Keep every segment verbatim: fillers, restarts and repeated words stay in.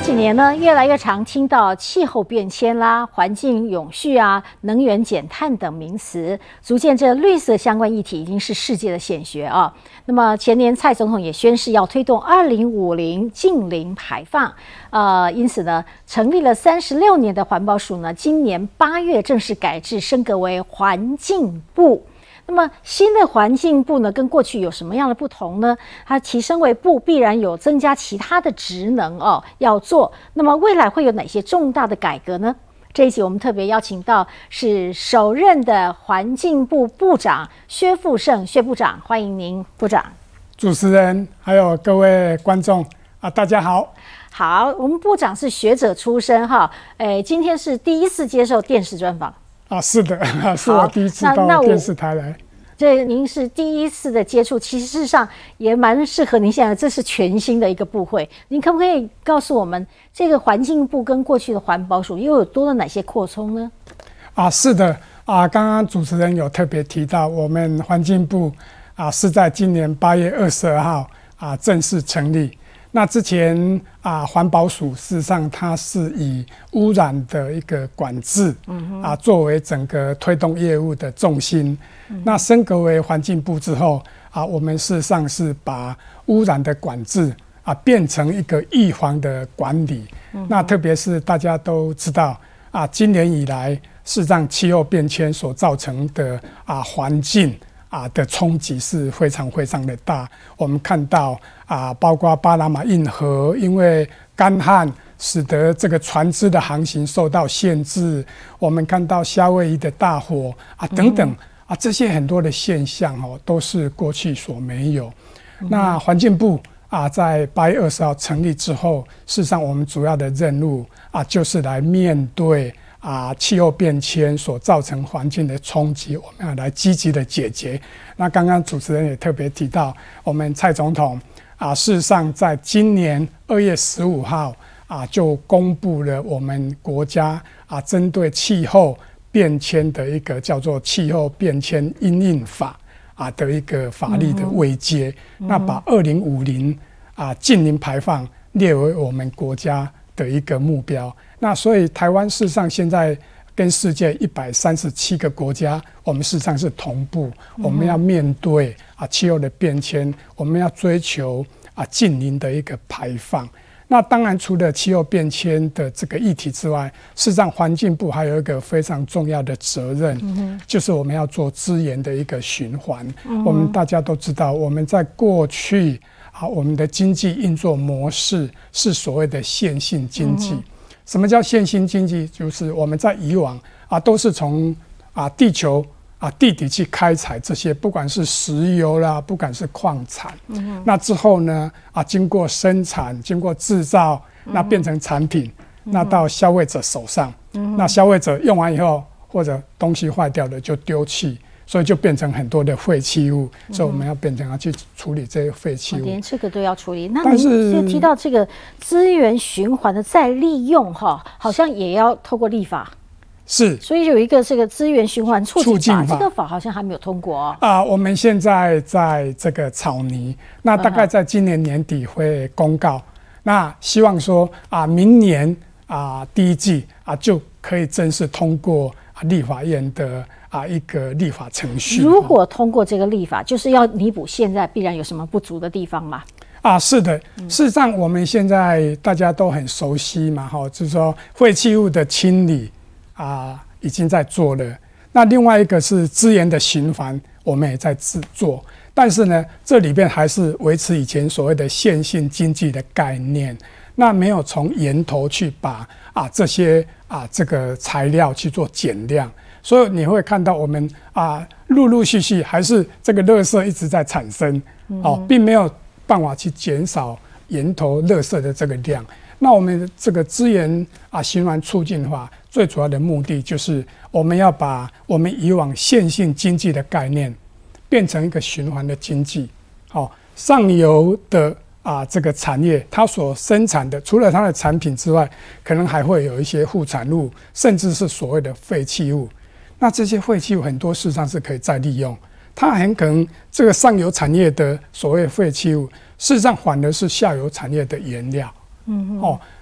几年呢，越来越常听到气候变迁啦、环境永续啊、能源减碳等名词，足见这绿色相关议题已经是世界的显学啊。那么前年蔡总统也宣示要推动二零五零净零排放，呃，因此呢，成立了三十六年的环保署呢，今年八月正式改制升格为环境部。那么新的环境部呢，跟过去有什么样的不同呢？它提升为部，必然有增加其他的职能哦要做。那么未来会有哪些重大的改革呢？这一集我们特别邀请到是首任的环境部部长薛富盛薛部长，欢迎您，部长。 主持人还有各位观众啊，大家好。 好，我们部长是学者出身哈，诶，今天是第一次接受电视专访。 啊，是的，是我第一次到电视台来。 这您是第一次的接触，其实事实上也蛮适合您现在，这是全新的一个部会。您可不可以告诉我们，这个环境部跟过去的环保署又有多了哪些扩充呢？ 啊，是的，啊，刚刚主持人有特别提到，我们环境部啊是在今年八月二十二号啊正式成立。那之前啊，环保署事实上它是以污染的一个管制、嗯、啊作为整个推动业务的重心。嗯、那升格为环境部之后啊，我们事实上是把污染的管制啊变成一个预防的管理。嗯、那特别是大家都知道啊，今年以来事实上气候变迁所造成的啊环境啊的冲击是非常非常的大。我们看到啊，包括巴拿马运河因为干旱，使得这个船只的航行受到限制。我们看到夏威夷的大火啊等等、嗯、啊，这些很多的现象哦，都是过去所没有。嗯、那环境部啊，在八月二十号成立之后，事实上我们主要的任务啊，就是来面对啊，气候变迁所造成环境的冲击，我们要来积极的解决。那刚刚主持人也特别提到，我们蔡总统啊，事实上在今年二月十五号啊，就公布了我们国家啊，针对气候变迁的一个叫做《气候变迁因应法》啊的一个法律的位阶，嗯、那把二零五零啊净零排放列为我们国家的一个目标。那所以台湾事实上现在跟世界一百三十七个国家，我们事实上是同步，我们要面对啊气候的变迁，我们要追求啊净零的一个排放。那当然除了气候变迁的这个议题之外，事实上环境部还有一个非常重要的责任，嗯、就是我们要做资源的一个循环。嗯、我们大家都知道，我们在过去啊，我们的经济运作模式是所谓的线性经济。嗯什么叫线性经济？就是我们在以往啊，都是从啊地球啊地底去开采这些，不管是石油啦，不管是矿产。嗯、那之后呢啊，经过生产，经过制造，那变成产品，嗯、那到消费者手上。嗯、那消费者用完以后，或者东西坏掉了就丢弃。所以就变成很多的废弃物，嗯、所以我们要变成要去处理这些废弃物， 连这个都要处理。那您就提到这个资源循环的再利用，哈，好像也要透过立法。 是， 所以有一个这个资源循环促进法，这个法好像还没有通过哦。 啊，我们现在在这个草拟，那大概在今年年底会公告。嗯、那希望说啊，明年啊第一季啊就可以正式通过啊立法院的。啊，一个立法程序。 如果通过这个立法，就是要弥补现在必然有什么不足的地方吗？ 啊，是的，事实上我们现在大家都很熟悉嘛，哈，就是说废弃物的清理啊，已经在做了。那另外一个是资源的循环，我们也在制做。但是呢，这里边还是维持以前所谓的线性经济的概念，那没有从源头去把啊这些啊这个材料去做减量。所以你会看到我们啊，陆陆续续还是这个垃圾一直在产生，哦，并没有办法去减少源头垃圾的这个量。那我们这个资源啊循环促进法最主要的目的就是我们要把我们以往线性经济的概念变成一个循环的经济。好，上游的啊这个产业它所生产的，除了它的产品之外，可能还会有一些副产物，甚至是所谓的废弃物。那这些废弃物很多事实上是可以再利用，它很可能这个上游产业的所谓废弃物，事实上反而是下游产业的原料。嗯哦，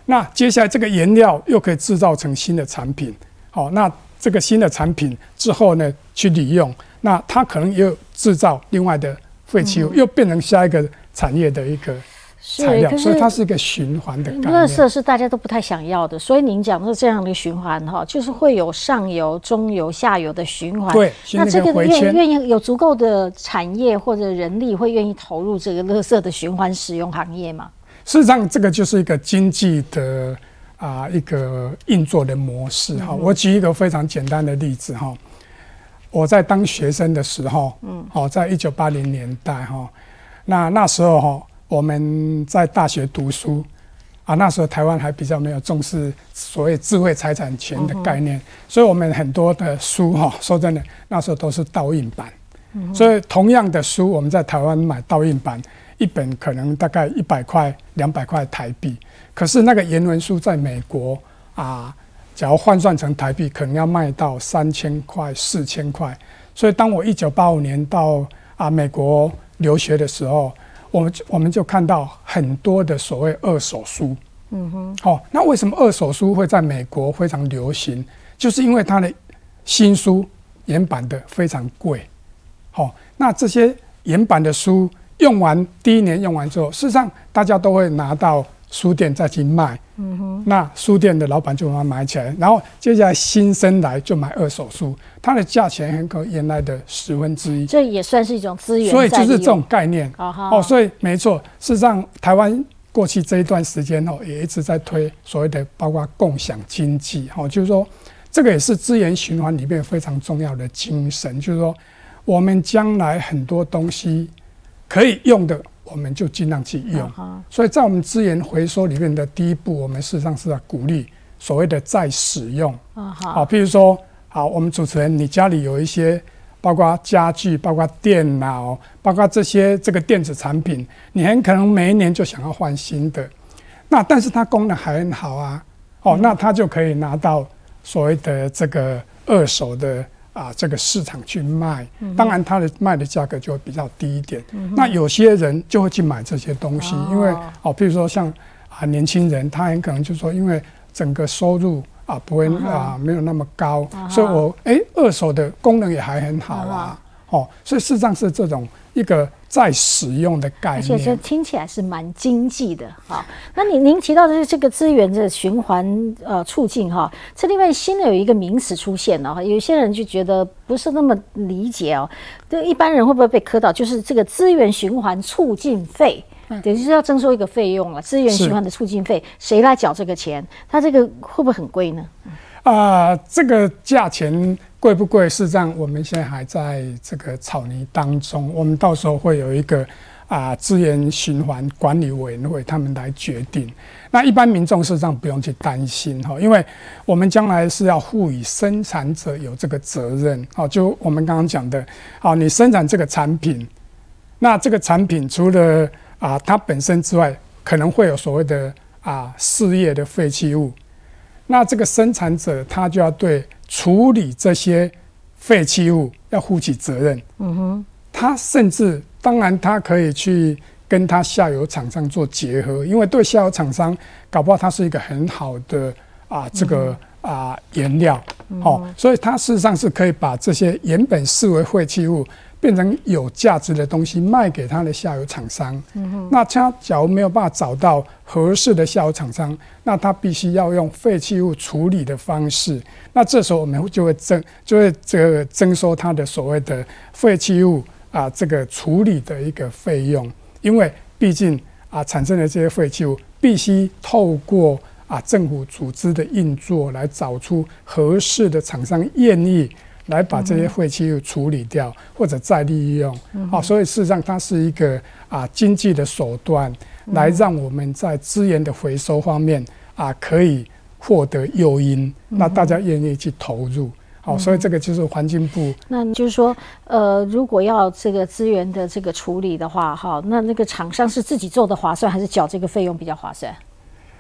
那接下来这个原料又可以制造成新的产品，好，那这个新的产品之后呢，去利用，那它可能又制造另外的废弃物，嗯、又变成下一个产业的一个材料，所以它是一个循环的概念。 垃圾是大家都不太想要的，所以您讲的这样的循环哈，就是会有上游、中游、下游的循环。 对， 那这个愿愿意有足够的产业或者人力会愿意投入这个垃圾的循环使用行业吗？ 事实上，这个就是一个经济的啊、呃、一个运作的模式哈、嗯。我举一个非常简单的例子哈，我在当学生的时候，嗯，好，在一九八零年代哈，那那时候哈。我们在大学读书啊，那时候台湾还比较没有重视所谓智慧财产权的概念，嗯、所以我们很多的书哈，说真的，那时候都是盗印版。嗯、所以同样的书，我们在台湾买盗印版，一本可能大概一百块、两百块台币。可是那个原文书在美国啊，假如换算成台币，可能要卖到三千块、四千块。所以当我一九八五年到啊美国留学的时候，我们我们就看到很多的所谓二手书，嗯哼，好、哦，那为什么二手书会在美国非常流行？就是因为它的新书原版的非常贵，好、哦，那这些原版的书用完第一年用完之后，事实上大家都会拿到书店再去卖，嗯哼，那书店的老板就把它买起来，然后接下来新生来就买二手书，它的价钱很可能原来的十分之一， 这也算是一种资源， 所以就是这种概念哦。所以没错，事实上台湾过去这一段时间哦，也一直在推所谓的包括共享经济，哦，就是说这个也是资源循环里面非常重要的精神，就是说我们将来很多东西可以用的。我们就尽量去用， uh-huh. 所以在我们资源回收里面的第一步，我们事实上是要鼓励所谓的再使用。Uh-huh. 好，譬如说，好，我们主持人，你家里有一些包括家具、包括电脑、包括这些这个电子产品，你很可能每一年就想要换新的，那但是它功能还很好啊，哦，嗯、那它就可以拿到所谓的这个二手的。啊，这个市场去卖，当然它的卖的价格就会比较低一点。嗯、那有些人就会去买这些东西，哦、因为哦，譬如说像啊年轻人，他很可能就说，因为整个收入啊不会、嗯、啊没有那么高，嗯、所以我哎二手的功能也还很好啊。嗯、哦，所以事实上是这种一个再使用的概念， 而且这听起来是蛮经济的。好，那您您提到的这个资源的循环呃促进哈，这另外新的有一个名词出现了哈，有些人就觉得不是那么理解哦，这一般人会不会被磕到？就是这个资源循环促进费。嗯、等于是要征收一个费用了，资源循环的促进费，谁来缴这个钱？它这个会不会很贵呢？ 啊、呃，这个价钱贵不贵？事实上，我们现在还在这个草拟当中。我们到时候会有一个啊、呃、资源循环管理委员会，他们来决定。那一般民众事实上不用去担心哈，因为我们将来是要赋予生产者有这个责任。好，就我们刚刚讲的，好，你生产这个产品，那这个产品除了啊，它本身之外，可能会有所谓的啊事业的废弃物，那这个生产者他就要对处理这些废弃物要负起责任。嗯哼，他甚至当然他可以去跟他下游厂商做结合，因为对下游厂商搞不好它是一个很好的啊这个啊原料，哦，所以它事实上是可以把这些原本视为废弃物。变成有价值的东西卖给他的下游厂商，嗯、那他假如没有办法找到合适的下游厂商，那他必须要用废弃物处理的方式。那这时候我们就会征，就会这个征收他的所谓的废弃物啊这个处理的一个费用，因为毕竟啊产生的这些废弃物必须透过啊政府组织的运作来找出合适的厂商愿意。来把这些废弃物处理掉，嗯、或者再利用，嗯哦，所以事实上它是一个啊经济的手段，嗯、来让我们在资源的回收方面啊可以获得诱因，嗯、那大家愿意去投入，好，嗯，所以这个就是环境部。 那就是说，呃，如果要这个资源的这个处理的话，哈，那那个厂商是自己做的划算，还是缴这个费用比较划算？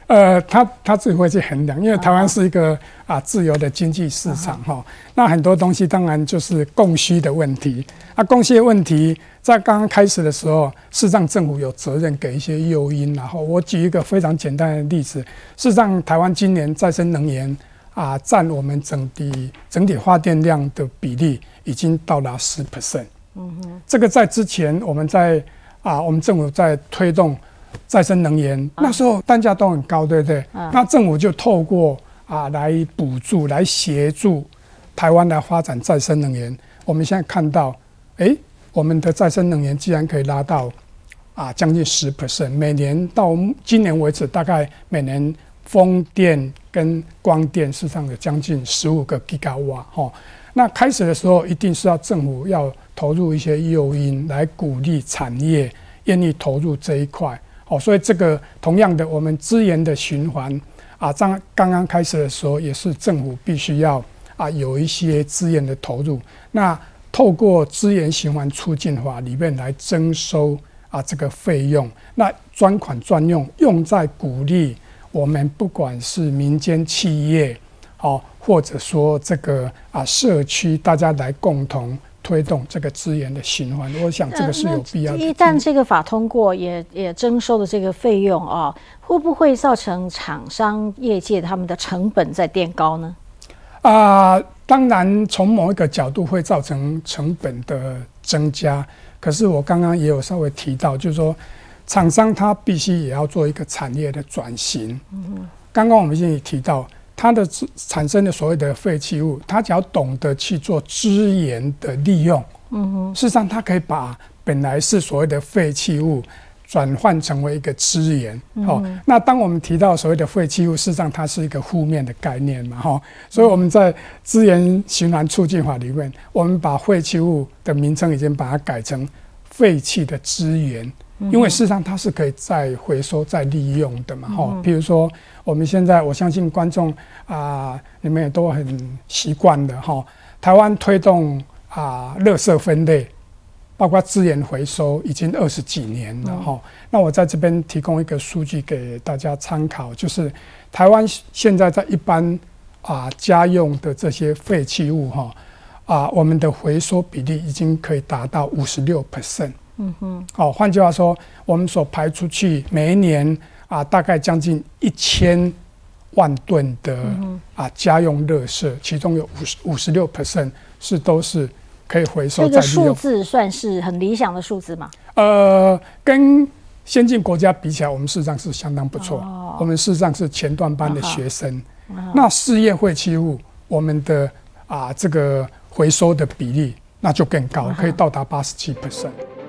呃，他他自己会去衡量，因为台湾是一个啊自由的经济市场哈、哦。那很多东西当然就是供需的问题。啊，供需的问题在刚刚开始的时候，事实上政府有责任给一些诱因。然后我举一个非常简单的例子，事实上台湾今年再生能源啊占我们整体整体发电量的比例已经到达十 percent。嗯哼，这个在之前我们在啊我们政府在推动再生能源，那时候单价都很高，对不对？嗯、那政府就透过啊来补助、来协助台湾来发展再生能源。我们现在看到，哎，我们的再生能源既然可以拉到啊将近十 percent， 每年到今年为止，大概每年风电跟光电事实上有将近十五个 gigawatt 哈。那开始的时候，一定是要政府要投入一些诱因来鼓励产业愿意投入这一块。哦，所以这个同样的，我们资源的循环啊，刚刚刚开始的时候，也是政府必须要啊有一些资源的投入。那透过资源循环促进法里面来征收啊这个费用，那专款专用，用在鼓励我们不管是民间企业，哦，或者说这个啊社区，大家来共同推动这个资源的循环，我想这个是有必要的。 一旦这个法通过，也也征收的这个费用啊、哦，会不会造成厂商业界他们的成本在垫高呢？ 啊、呃，当然从某一个角度会造成成本的增加。可是我刚刚也有稍微提到，就是说厂商他必须也要做一个产业的转型。嗯，刚刚我们已经提到。它的产生的所谓的废弃物，它只要懂得去做资源的利用，嗯哼，事实上它可以把本来是所谓的废弃物转换成为一个资源。嗯、哦，那当我们提到所谓的废弃物，事实上它是一个负面的概念嘛，哈、哦，所以我们在资源循环促进法里面，我们把废弃物的名称已经把它改成废弃的资源。因为事实上它是可以再回收、再利用的嘛，哈、嗯。比如说，我们现在我相信观众啊、呃，你们也都很习惯的哈。台湾推动啊，垃圾分类，包括资源回收，已经二十几年了哈、嗯。那我在这边提供一个数据给大家参考，就是台湾现在在一般啊家用的这些废弃物哈啊，我们的回收比例已经可以达到五十六 percent。嗯哼，好，换句话说，我们所排出去每一年啊，大概将近一千万吨的、嗯、啊家用垃圾，其中有五十五十六 percent 是都是可以回收再利用。这个数字算是很理想的数字吗？ 呃，跟先进国家比起来，我们事实上是相当不错。哦、我们事实上是前段班的学生。哦、那事业废弃物，我们的啊这个回收的比例那就更高，可以到达八十七 percent。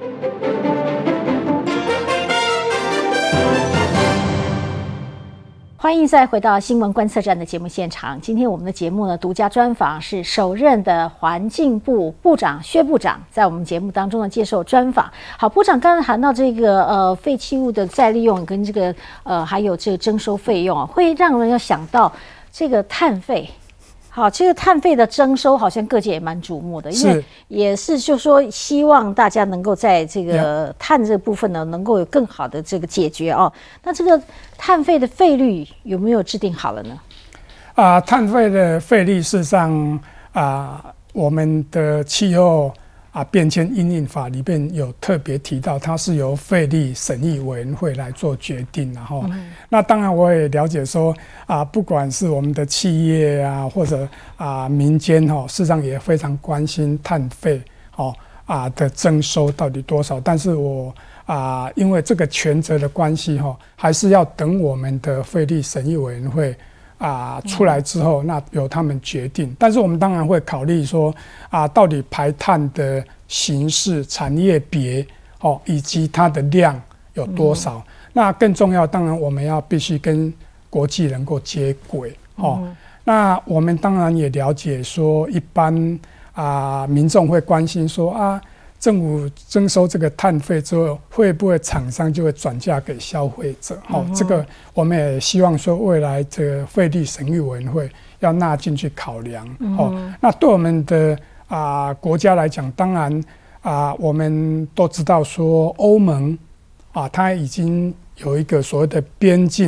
欢迎再回到新闻观测站的节目现场。今天我们的节目呢，独家专访是首任的环境部部长薛部长，在我们节目当中呢接受专访。好，部长刚才谈到这个呃废弃物的再利用跟这个呃还有这个征收费用啊，会让人要想到这个碳费。好，这个碳费的征收好像各界也蛮瞩目的，因为也是就说希望大家能够在这个碳这个部分呢，能够有更好的这个解决哦。那这个碳费的费率有没有制定好了呢？ 啊、呃，碳费的费率事实上啊、呃，我们的气候啊变迁因应法里面有特别提到，它是由费率审议委员会来做决定，然后、嗯，那当然我也了解说啊，不管是我们的企业啊，或者啊民间哈，事实上也非常关心碳费哦啊的征收到底多少，但是我啊因为这个权责的关系哈，还是要等我们的费率审议委员会。啊，出来之后，那由他们决定。但是我们当然会考虑说，啊，到底排碳的形式、产业别，哦，以及它的量有多少。嗯、那更重要，当然我们要必须跟国际能够接轨，哦。嗯、那我们当然也了解说，一般啊民众会关心说啊。政府征收这个碳费之后，会不会厂商就会转嫁给消费者？好、嗯哦，这个我们也希望说，未来这个费率审议委员会要纳进去考量。嗯、哦，那对我们的啊、呃、国家来讲，当然啊、呃，我们都知道说，欧盟啊，它已经有一个所谓的边境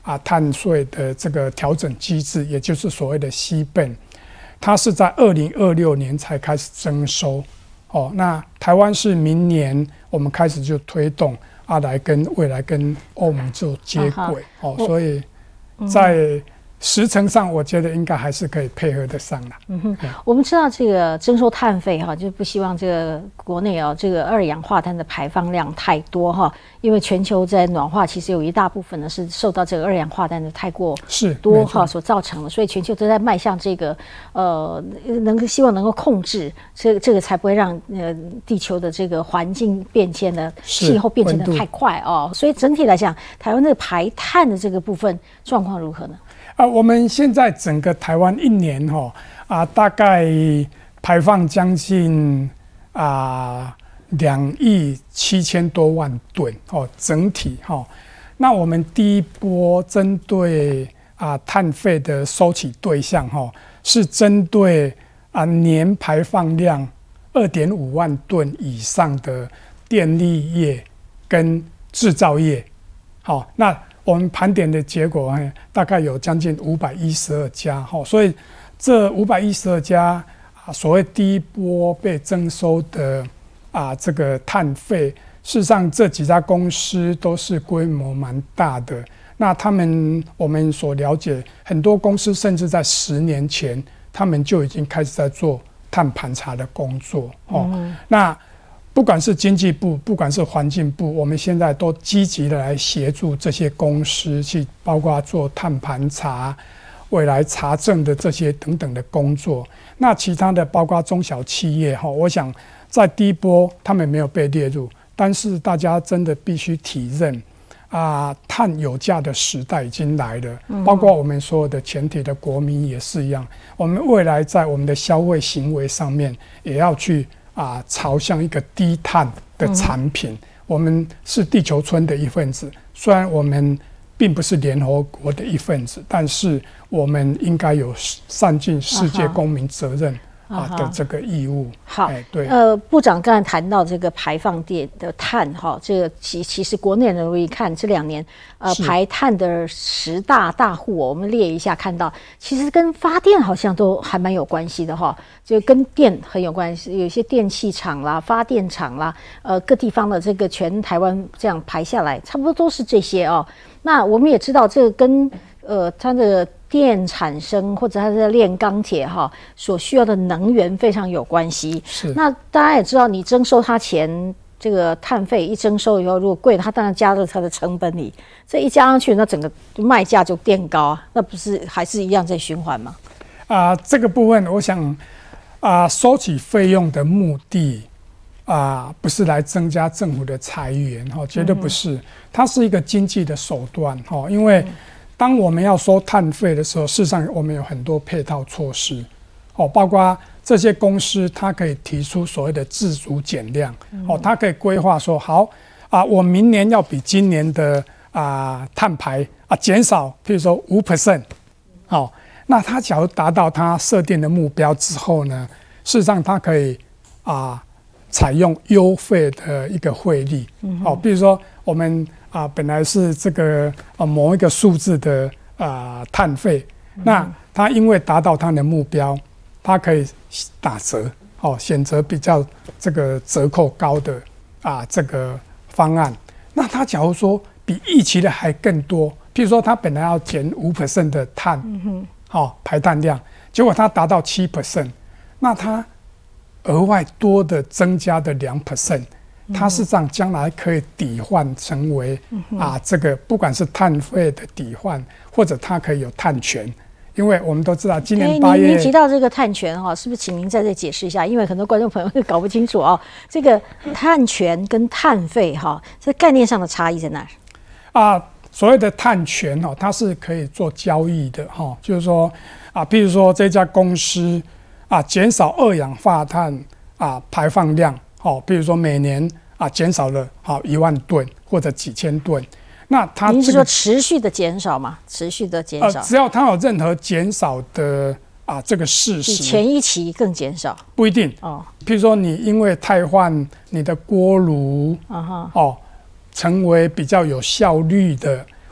啊碳税的这个调整机制，也就是所谓的西本，它是在二零二六年才开始征收。哦，那台湾是明年我们开始就推动啊，来跟未来跟欧盟做接轨。哦，所以在时程上，我觉得应该还是可以配合得上的。 嗯哼，我们知道这个征收碳费哈，就不希望这个国内啊这个二氧化碳的排放量太多哈，因为全球在暖化，其实有一大部分呢是受到这个二氧化碳的太过多哈所造成的，所以全球都在迈向这个呃能够希望能够控制这个这个才不会让呃地球的这个环境变迁的气候变迁的太快哦。所以整体来讲，台湾这个排碳的这个部分状况如何呢？ 啊，我们现在整个台湾一年哈啊，大概排放将近啊两亿七千多万吨哦，整体哈。那我们第一波针对啊碳费的收取对象哈，是针对啊年排放量二点五万吨以上的电力业跟制造业。好，那我们盘点的结果，大概有将近五百一十二家，所以这五百一十二家所谓第一波被征收的啊这个碳费，事实上这几家公司都是规模蛮大的。那他们我们所了解，很多公司甚至在十年前，他们就已经开始在做碳盘查的工作。哦，嗯、那。不管是经济部，不管是环境部，我们现在都积极的来协助这些公司去，包括做碳盘查、未来查证的这些等等的工作。那其他的包括中小企业哈，我想在第一波他们没有被列入，但是大家真的必须体认啊，碳有价的时代已经来了。包括我们所有的全体的国民也是一样，我们未来在我们的消费行为上面也要去。啊，朝向一个低碳的产品，嗯、我们是地球村的一份子。虽然我们并不是联合国的一份子，但是我们应该有善尽世界公民责任。啊的这个义务。 好，哎，对，呃，部长刚才谈到这个排放电的碳，哈，这个其其实国内人一看这两年，呃，排碳的十大大户，我们列一下，看到其实跟发电好像都还蛮有关系的哈，就跟电很有关系，有一些电器厂啦、发电厂啦，呃，各地方的这个全台湾这样排下来，差不多都是这些哦。那我们也知道，这个跟呃它的电产生或者它在炼钢铁哈所需要的能源非常有关系。 是。 那大家也知道，你征收它钱，这个碳费一征收以后，如果贵，它当然加入它的成本里，这一加上去，那整个卖价就垫高啊，那不是还是一样在循环吗？ 啊、呃，这个部分我想啊、呃，收取费用的目的啊、呃，不是来增加政府的财源哈，绝对不是，嗯、它是一个经济的手段哈，因为。嗯当我们要收碳费的时候，事实上我们有很多配套措施，哦，包括这些公司它可以提出所谓的自主减量，哦，它可以规划说好啊，我明年要比今年的啊碳排啊减少，譬如说五 percent， 好，那它假如达到它设定的目标之后呢，事实上它可以啊采用优惠的一个汇率，好，比如说我们。啊，本来是这个啊某一个数字的啊碳费，嗯、那它因为达到它的目标，它可以打折，哦，选择比较这个折扣高的啊这个方案。那它假如说比预期的还更多，譬如说它本来要减五 percent 的碳，嗯哼，哦排碳量，结果它达到七 percent， 那它额外多的增加的两 percent。它事实上将来可以抵换成为、嗯、啊，这个不管是碳费的抵换，或者它可以有碳权，因为我们都知道今年八月。 您提到这个碳权哈，是不是请您在这解释一下？因为很多观众朋友会搞不清楚哦，这个碳权跟碳费哈，这概念上的差异在哪儿？ 啊，所谓的碳权哈，它是可以做交易的哈，就是说啊，譬如说这家公司啊，减少二氧化碳啊排放量。哦，比如说每年啊减少了好一万吨或者几千吨，那它、这个、 您是说持续的减少吗？持续的减少， 呃，只要它有任何减少的啊这个事实， 比前一期更减少不一定哦。譬如说你因为汰换你的锅炉，啊哈，哦，成为比较有效率的，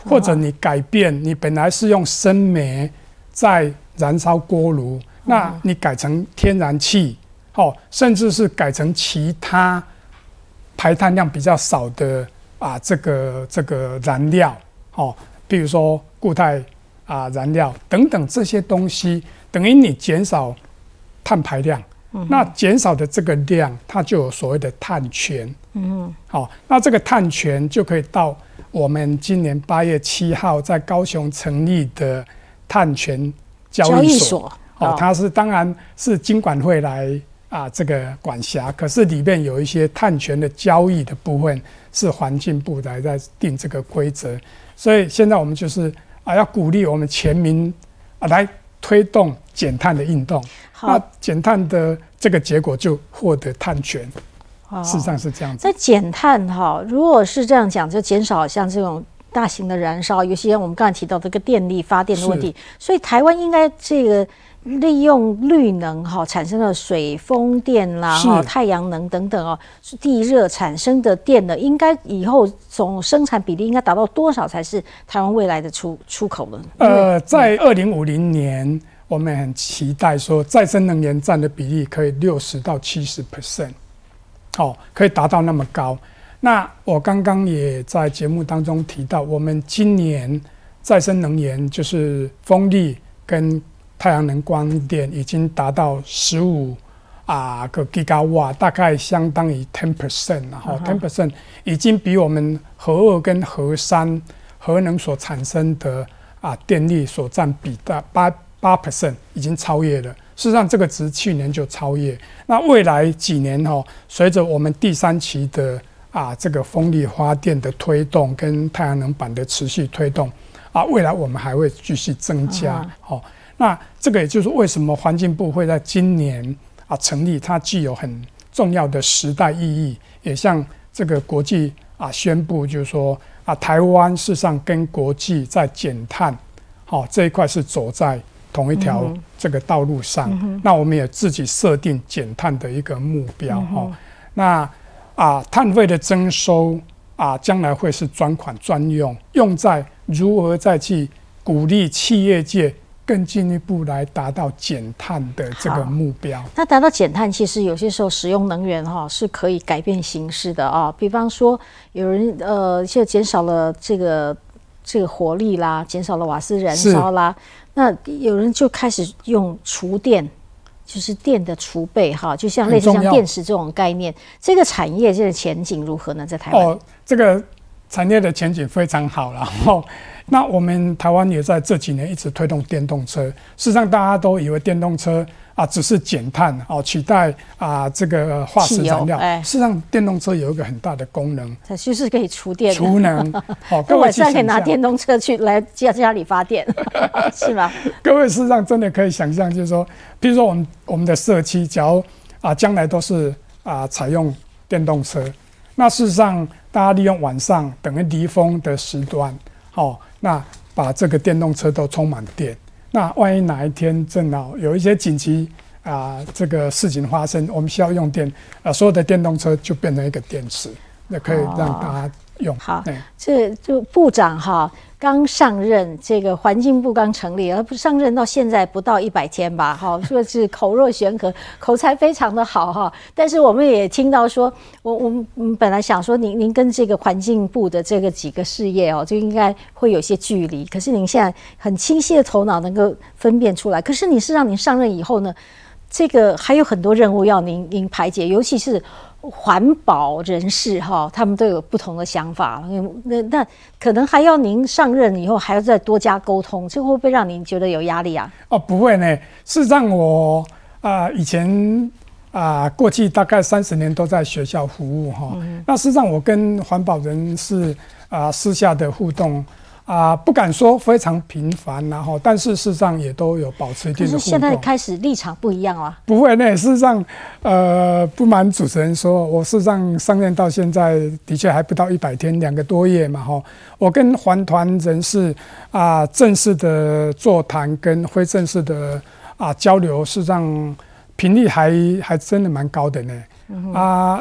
或者你改变，你本来是用生煤在燃烧锅炉，那你改成天然气，哦，甚至是改成其他排碳量比较少的啊这个这个燃料，哦，比如说固态啊燃料等等这些东西，等于你减少碳排量。嗯、那减少的这个量，它就有所谓的碳权。嗯，好，那这个碳权就可以到我们今年八月七号在高雄成立的碳权交易所。哦，它是当然是金管会来啊这个管辖，可是里面有一些碳权的交易的部分是环境部来在定这个规则，所以现在我们就是啊要鼓励我们全民啊来推动减碳的运动。那减碳的这个结果就获得碳权，事实上是这样子。 在减碳哈，如果是这样讲，就减少像这种大型的燃烧，尤其像我们刚才提到这个电力发电的问题，所以台湾应该这个利用绿能哈产生的水风电啦、哈太阳能等等哦，地热产生的电呢，应该以后总生产比例应该达到多少才是台湾未来的出出口呢？ 呃，在二零五零年。我们很期待说，再生能源占的比例可以六十到七十 percent， 哦，可以达到那么高。那我刚刚也在节目当中提到，我们今年再生能源就是风力跟太阳能光电已经达到十五啊个 gigawatt， 大概相当于 ten percent， 然后 ten percent 已经比我们核二跟核三核能所产生的啊电力所占比的八。八 percent 已经超越了，事实上这个值去年就超越。那未来几年哈，随着我们第三期的啊这个风力发电的推动跟太阳能板的持续推动啊，未来我们还会继续增加。好、uh huh. 哦，那这个也就是为什么环境部会在今年啊成立，它具有很重要的时代意义，也向这个国际啊宣布，就是说啊台湾事实上跟国际在减碳，好、哦、这一块是走在同一条这个道路上，嗯、那我们也自己设定减碳的一个目标哈、嗯哦。那啊，碳费的征收啊，将来会是专款专用，用在如何再去鼓励企业界更进一步来达到减碳的这个目标。 那达到减碳，其实有些时候使用能源哈、哦、是可以改变形式的啊、哦。比方说，有人呃，就减少了这个这个火力啦，减少了瓦斯燃烧啦。那有人就开始用储电，就是电的储备哈，就像类似像电池这种概念，这个产业这个前景如何呢？在台湾， 哦，这个产业的前景非常好了。哦，那我们台湾也在这几年一直推动电动车。事实上，大家都以为电动车啊只是减碳哦，取代啊这个化石燃料。哎、事实上，电动车有一个很大的功能， 它就是可以储电。 储能。好、哦， 各位晚上可以拿电动车去来家家里发电，是吗？ 各位事实上真的可以想象，就是说，比如说我们我们的社区，假如啊将来都是啊采用电动车，那事实上大家利用晚上等于离峰的时段，哦，那把这个电动车都充满电。那万一哪一天正好有一些紧急啊、呃、这个事情发生，我们需要用电，啊、呃，所有的电动车就变成一个电池，那可以让大家用。哦、 好，这就部长哈刚上任，这个环境部刚成立，而不上任到现在不到一百天吧，哈，说是口若悬河，口才非常的好哈。但是我们也听到说，我我们本来想说您您跟这个环境部的这个几个事业哦，就应该会有些距离。可是您现在很清晰的头脑能够分辨出来。可是你是让您上任以后呢，这个还有很多任务要您您排解，尤其是环保人士哈，他们都有不同的想法。那那可能还要您上任以后还要再多加沟通，这会不会让您觉得有压力啊？ 哦，不会呢。事实上我，我啊以前啊过去大概三十年都在学校服务哈。嗯、那事实上我跟环保人士啊私下的互动。啊，不敢说非常频繁，然后，但是事实上也都有保持一定的互动。可是现在开始立场不一样了。 不会呢，事实上，呃，不瞒主持人说，我事实上上任到现在的确还不到一百天，两个多月嘛，哈。我跟环团人士啊正式的座谈跟非正式的啊交流，事实上频率还还真的蛮高的呢。嗯、啊，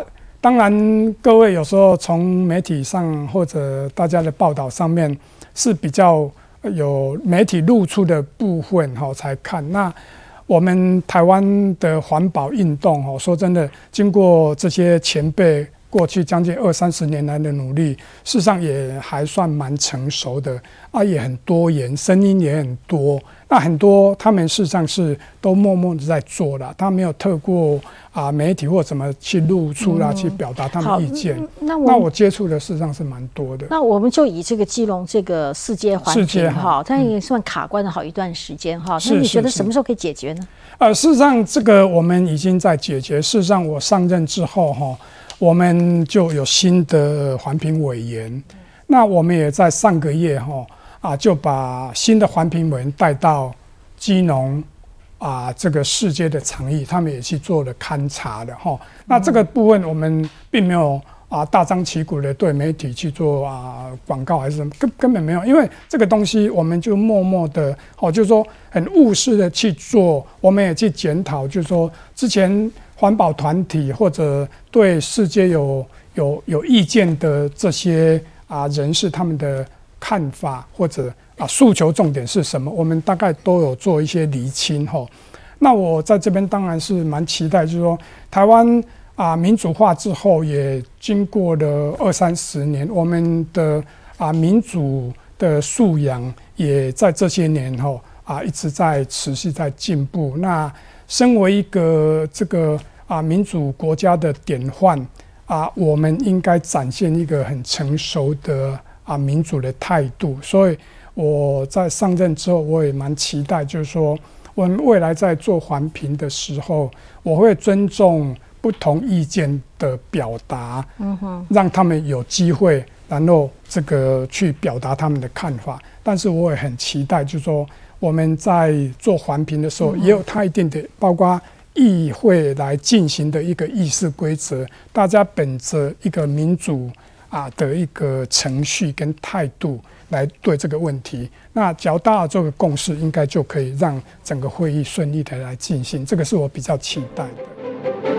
当然各位有时候从媒体上或者大家的报道上面是比较有媒体露出的部分哈才看。那我们台湾的环保运动哈，说真的，经过这些前辈过去将近二三十年来的努力，事实上也还算蛮成熟的啊，也很多元，声音也很多。那很多他们事实上是都默默的在做了，他没有透过啊媒体或怎么去露出啦、嗯，去表达他们意见。那我那我接触的事实上是蛮多的。 那我们就以这个基隆这个世界环评哈，它也算卡关了好一段时间哈。那你觉得什么时候可以解决呢？ 呃，事实上这个我们已经在解决。事实上我上任之后哈，我们就有新的环评委员，那我们也在上个月哈。啊，就把新的环评委员带到基隆啊这个世界的场域，他们也去做了勘察的哈。那这个部分我们并没有啊大张旗鼓的对媒体去做啊广告还是什么，根根本没有，因为这个东西我们就默默的哦，就是说很务实的去做，我们也去检讨，就是说之前环保团体或者对世界有有有意见的这些啊人士他们的看法或者啊诉求重点是什么？我们大概都有做一些厘清哈。那我在这边当然是蛮期待，就是说台湾啊民主化之后，也经过了二三十年，我们的啊民主的素养也在这些年后啊一直在持续在进步。那身为一个这个啊民主国家的典范啊，我们应该展现一个很成熟的。啊，民主的态度，所以我在上任之后，我也蛮期待，就是说，我们未来在做环评的时候，我会尊重不同意见的表达，嗯哼，让他们有机会，然后这个去表达他们的看法。但是我也很期待，就是说，我们在做环评的时候，也有它一定的，包括议会来进行的一个议事规则，大家本着一个民主。啊的一个程序跟态度来对这个问题，那只要大家做个共识，应该就可以让整个会议顺利的来进行。这个是我比较期待的。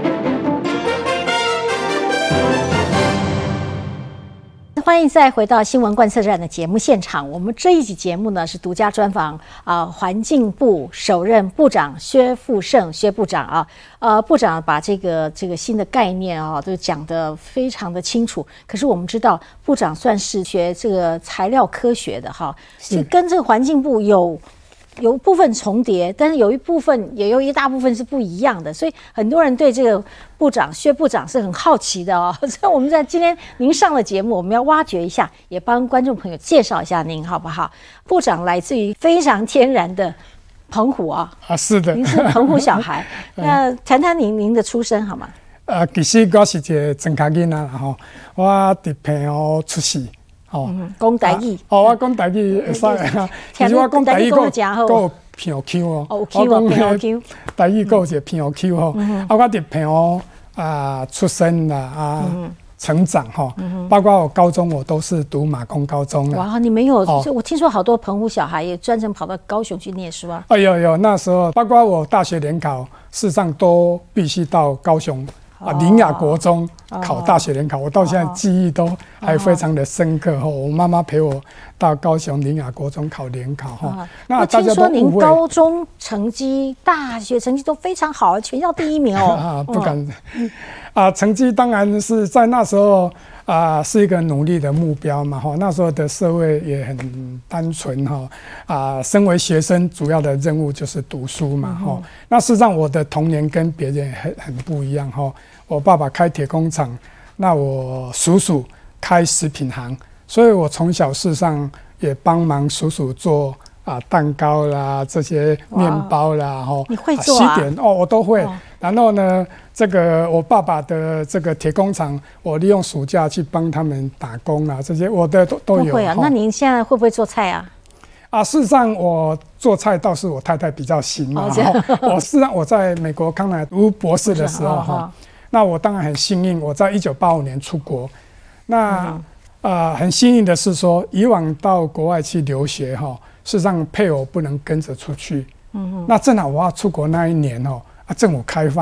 欢迎再回到新闻观测站的节目现场。我们这一集节目呢是独家专访啊、呃，环境部首任部长薛富盛薛部长啊，呃，部长把这个这个新的概念啊都讲得非常的清楚。可是我们知道，部长算是学这个材料科学的哈，是跟这个环境部有。有部分重叠，但是有一部分也有一大部分是不一样的，所以很多人对这个部长薛部长是很好奇的哦。所以我们在今天您上了节目，我们要挖掘一下，也帮观众朋友介绍一下您好不好？部长来自于非常天然的澎湖啊， 啊是的， 您是澎湖小孩，那谈谈您您的出身好吗？ 呃，其實我是一個莊腳囡仔啦吼，我佇澎湖出世。 哦，講台語。 哦，我講台語會使啊。其實我講台語個個澎 Q 哦，我講台語個有一個澎 Q 吼。啊，我佇澎湖啊出生啦啊成長吼，包括我高中我都是讀馬公高中的。 哇，你沒有？我聽說好多澎湖小孩也專程跑到高雄去念書啊。 哎有有，那時候包括我大學聯考，事實上都必須到高雄。啊，林雅國中考大學聯考，我到現在記憶都還非常的深刻哈。我媽媽陪我到高雄林雅國中考聯考哈。 那聽說您高中成績、大學成績都非常好，全校第一名哦。 啊，不敢啊，成績當然是在那時候啊，是一個努力的目標嘛哈。那時候的社會也很單純哈啊，身為學生主要的任務就是讀書嘛哈。那事實上我的童年跟別人很很不一樣哈。我爸爸開鐵工廠，那我叔叔開食品行，所以我從小事實上也幫忙叔叔做啊蛋糕啦，這些麵包啦，吼， 你會做啊？ 西點哦，我都會。哦、然後呢，這個我爸爸的這個鐵工廠，我利用暑假去幫他們打工啦，這些我的都都有。 都會啊？那您現在會不會做菜啊？ 啊，事實上我做菜倒是我太太比較行嘛。哦、我事實上我在美國康乃讀博士的時候哈。那我當然很幸運，我在一九八五年出國。那、嗯呃、很幸運的是說，以往到國外去留學哈，事實上配偶不能跟着出去。嗯、那正好我要出國那一年哈，啊政府開放，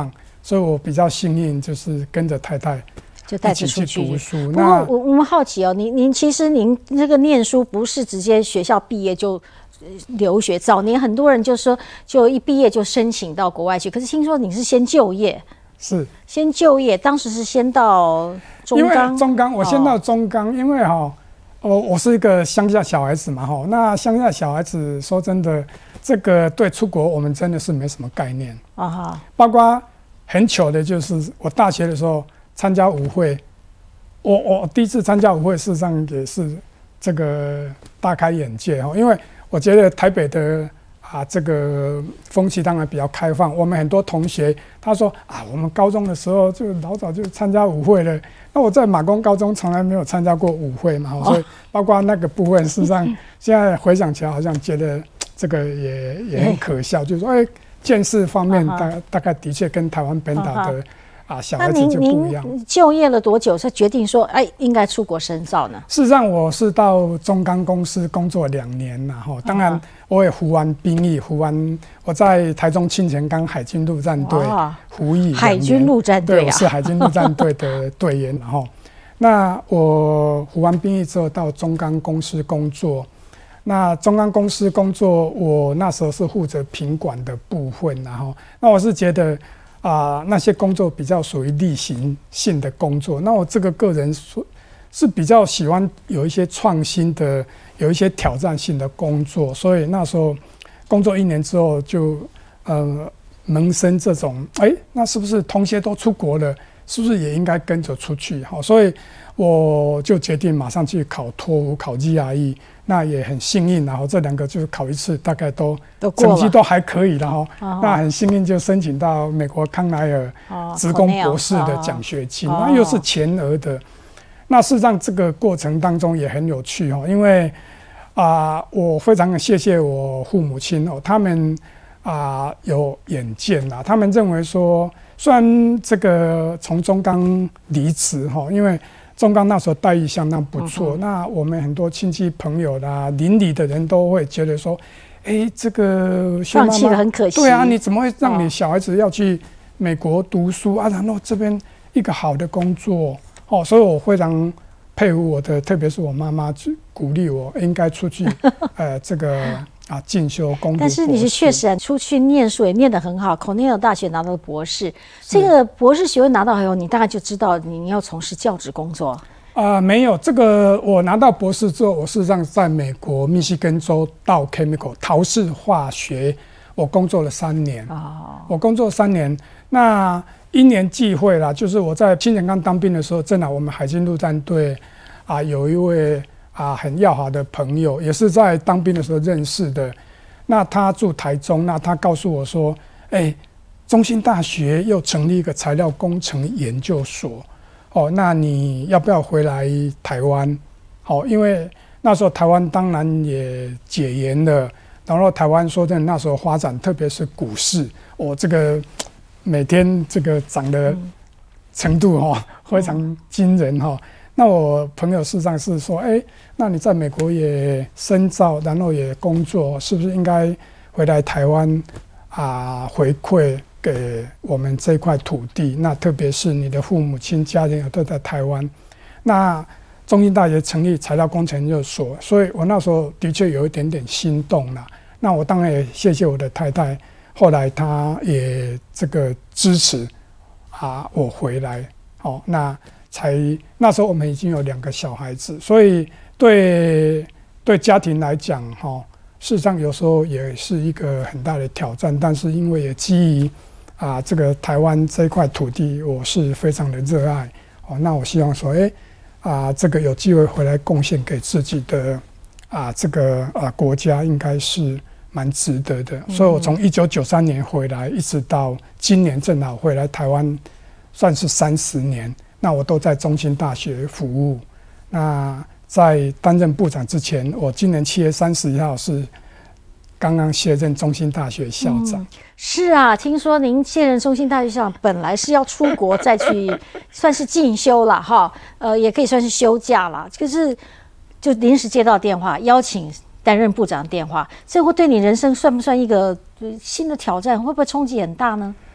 所以我比较幸运，就是跟着太太就带一起着出去去读书。 不过我我们好奇哦，您您其实您这个念书不是直接学校毕业就留学，早年很多人就说就一毕业就申请到国外去，可是听说你是先就业， 是先就业，当时是先到中因钢， 为中钢，我先到中钢，哦、因为哈、哦，我我是一个乡下小孩子嘛哈，那乡下小孩子说真的，这个对出国我们真的是没什么概念啊哈，包括很糗的就是我大学的时候参加舞会，我我第一次参加舞会，事实上也是这个大开眼界哈，因为我觉得台北的啊这个风气当然比较开放，我们很多同学他说啊，我们高中的时候就老早就参加舞会了，那我在马公高中从来没有参加过舞会嘛，所以包括那个部分，事实上现在回想起来，好像觉得这个也也很可笑，就是说哎，见识方面大大概的确跟台湾本岛的。啊，小孩子就不一样。 那您您就业了多久才决定说，哎，应该出国深造呢？ 事实上，我是到中钢公司工作两年了哈。当然，我也服完兵役，服完我在台中清泉岗海军陆战队服役。 海军陆战队啊， 对，我是海军陆战队的队员。然后，那我服完兵役之后到中钢公司工作。那中钢公司工作，我那时候是负责品管的部分，然后，那我是觉得。啊、呃，那些工作比较属于例行性的工作。那我这个个人是是比较喜欢有一些创新的、有一些挑战性的工作，所以那时候工作一年之后就呃萌生这种，哎、欸，那是不是同学都出国了，是不是也应该跟着出去？好，所以我就决定马上去考托福、考 G R E。那也很幸运，然后这两个就是考一次，大概都成绩都还可以了哈。哦、那很幸运就申请到美国康奈尔职工博士的奖学金，哦、那又是全额的。那事实上这个过程当中也很有趣哈，因为啊、呃，我非常谢谢我父母亲哦，他们啊、呃、有远见啦，他们认为说，虽然这个从中钢离职哈，因为。中钢那时候待遇相当不错，嗯、那我们很多亲戚朋友啦、邻里的人都会觉得说，哎、欸，这个薛妈妈放弃了很可惜。 对啊，你怎么会让你小孩子要去美国读书、哦、啊？然后这边一个好的工作，哦，所以我非常佩服我的，特别是我妈妈鼓励我应该出去，呃，这个。啊，进修攻读博士。但是你是确实啊，出去念书也念得很好，口内尔大学拿到了博士。这个博士学位拿到以后，你大概就知道你要从事教职工作。 啊、呃，没有这个，我拿到博士之后，我事实上在美国密西根州道 Chemical 陶氏化学，我工作了三年。哦，我工作三年，那因缘际会啦，就是我在清泉岗当兵的时候，正好我们海军陆战队啊有一位。啊，很要好的朋友，也是在当兵的时候认识的。那他住台中，那他告诉我说：“哎、欸，中兴大学又成立一个材料工程研究所，哦，那你要不要回来台湾？好、哦，因为那时候台湾当然也解严了，然后台湾说真的，那时候发展，特别是股市，我、哦、这个每天这个涨的程度哈、哦、非常惊人哈。哦”那我朋友事实上是说，哎、欸，那你在美国也深造，然后也工作，是不是应该回来台湾啊，回馈给我们这块土地？那特别是你的父母亲家人都在台湾。那中兴大学成立材料工程研究所，所以我那时候的确有一点点心动了。那我当然也谢谢我的太太，后来她也这个支持啊，我回来。哦，那。才那时候我们已经有两个小孩子，所以对对家庭来讲，哈，事实上有时候也是一个很大的挑战。但是因为也基于啊这个台湾这块土地，我是非常的热爱哦。那我希望说，哎、欸、啊这个有机会回来贡献给自己的啊这个啊国家，应该是蛮值得的。嗯、所以我从一九九三年回来，一直到今年正好回来台湾，算是三十年。那我都在中兴大学服务。那在担任部长之前，我今年七月三十一号是刚刚卸任中兴大学校长。嗯、 是啊，听说您卸任中兴大学校长，本来是要出国再去，算是进修了哈，呃，也可以算是休假了。就是就临时接到电话，邀请担任部长电话，这会对你人生算不算一个新的挑战？会不会冲击很大呢？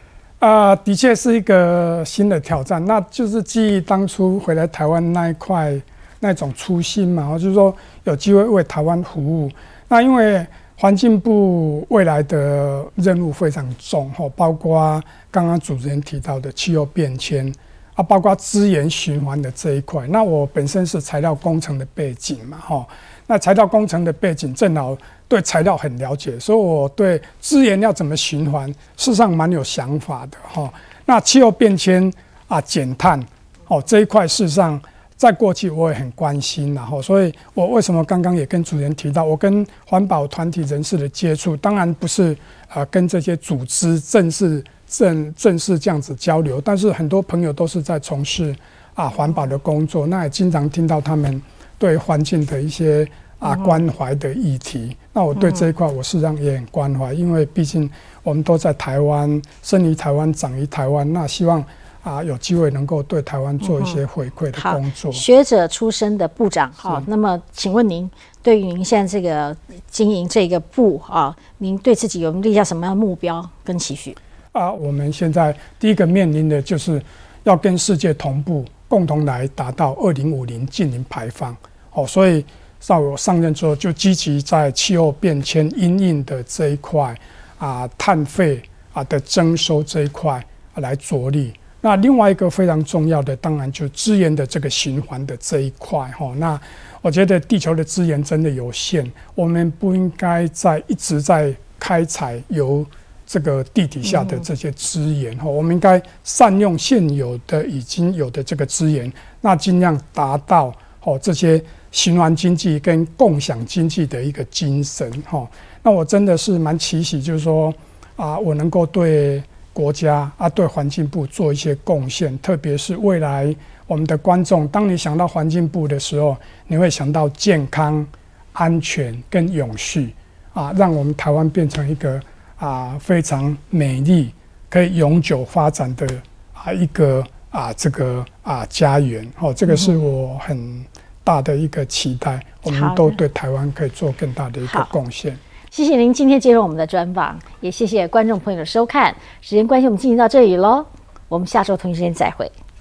啊、呃，的确是一个新的挑战。那就是基于当初回来台湾那一块那种初心嘛，就是说有机会为台湾服务。那因为环境部未来的任务非常重，包括刚刚主持人提到的气候变迁啊，包括资源循环的这一块。那我本身是材料工程的背景嘛，哈，那材料工程的背景正好对材料很了解，所以我对资源要怎么循环，事实上蛮有想法的，哈。那气候变迁啊，减碳，哦这一块事实上。在过去我也很关心，然后，所以我为什么刚刚也跟主持人提到，我跟环保团体人士的接触，当然不是呃跟这些组织正式正正式这样子交流，但是很多朋友都是在从事啊环保的工作，那也经常听到他们对环境的一些啊关怀的议题。那我对这一块我事实上也很关怀，因为毕竟我们都在台湾，生于台湾，长于台湾，那希望。啊，有机会能够对台湾做一些回馈的工作。 嗯、学者出身的部长，好，那么请问您对于您现在这个经营这个部啊，您对自己有立下什么样的目标跟期许？ 啊，我们现在第一个面临的就是要跟世界同步，共同来达到二零五零净零排放。哦，所以在我上任之后，就积极在气候变迁因应的这一块啊，碳费啊的征收这一块、啊、来着力。那另外一个非常重要的，当然就是资源的这个循环的这一块哈。那我觉得地球的资源真的有限，我们不应该在一直在开采由这个地底下的这些资源哈，我们应该善用现有的已经有的这个资源，那尽量达到哦这些循环经济跟共享经济的一个精神哈。那我真的是蛮期许，就是说啊，我能够对。国家啊，对环境部做一些贡献，特别是未来我们的观众，当你想到环境部的时候，你会想到健康、安全跟永续啊，让我们台湾变成一个啊非常美丽、可以永久发展的啊一个啊这个啊家园哦，这个是我很大的一个期待，我们都对台湾可以做更大的一个贡献。 谢谢您今天接受我们的专访，也谢谢观众朋友的收看。时间关系，我们进行到这里喽，我们下周同一时间再会。